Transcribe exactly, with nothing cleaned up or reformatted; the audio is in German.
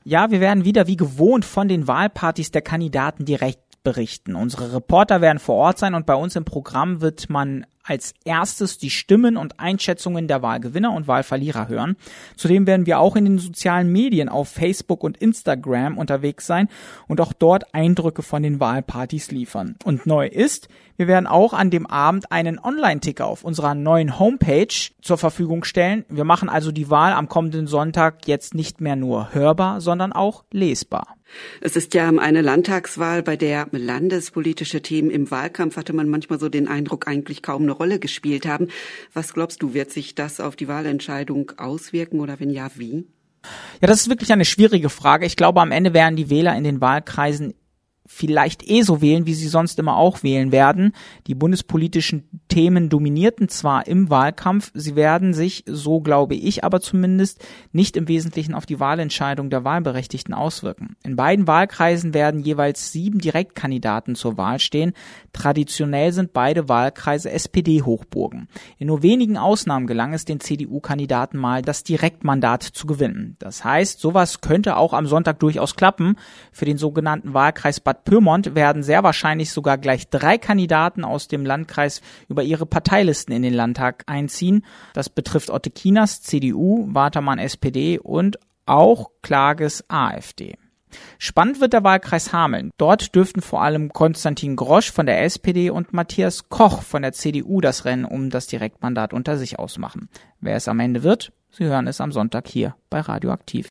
Ja, wir werden wieder wie gewohnt von den Wahlpartys der Kandidaten direkt berichten. Unsere Reporter werden vor Ort sein und bei uns im Programm wird man als erstes die Stimmen und Einschätzungen der Wahlgewinner und Wahlverlierer hören. Zudem werden wir auch in den sozialen Medien auf Facebook und Instagram unterwegs sein und auch dort Eindrücke von den Wahlpartys liefern. Und neu ist, wir werden auch an dem Abend einen Online-Ticker auf unserer neuen Homepage zur Verfügung stellen. Wir machen also die Wahl am kommenden Sonntag jetzt nicht mehr nur hörbar, sondern auch lesbar. Es ist ja eine Landtagswahl, bei der landespolitische Themen im Wahlkampf, hatte man manchmal so den Eindruck, eigentlich kaum eine Rolle gespielt haben. Was glaubst du, wird sich das auf die Wahlentscheidung auswirken oder wenn ja, wie? Ja, das ist wirklich eine schwierige Frage. Ich glaube, am Ende werden die Wähler in den Wahlkreisen vielleicht eh so wählen, wie sie sonst immer auch wählen werden. Die bundespolitischen Themen dominierten zwar im Wahlkampf, sie werden sich, so glaube ich aber zumindest, nicht im Wesentlichen auf die Wahlentscheidung der Wahlberechtigten auswirken. In beiden Wahlkreisen werden jeweils sieben Direktkandidaten zur Wahl stehen. Traditionell sind beide Wahlkreise S P D-Hochburgen. In nur wenigen Ausnahmen gelang es den C D U-Kandidaten mal, das Direktmandat zu gewinnen. Das heißt, sowas könnte auch am Sonntag durchaus klappen. Für den sogenannten Wahlkreis Bad Pyrmont werden sehr wahrscheinlich sogar gleich drei Kandidaten aus dem Landkreis über ihre Parteilisten in den Landtag einziehen. Das betrifft Otte Kienast, C D U, Watermann, S P D und auch Klages, A f D. Spannend wird der Wahlkreis Hameln. Dort dürften vor allem Konstantin Grosch von der S P D und Matthias Koch von der C D U das Rennen um das Direktmandat unter sich ausmachen. Wer es am Ende wird, Sie hören es am Sonntag hier bei Radioaktiv.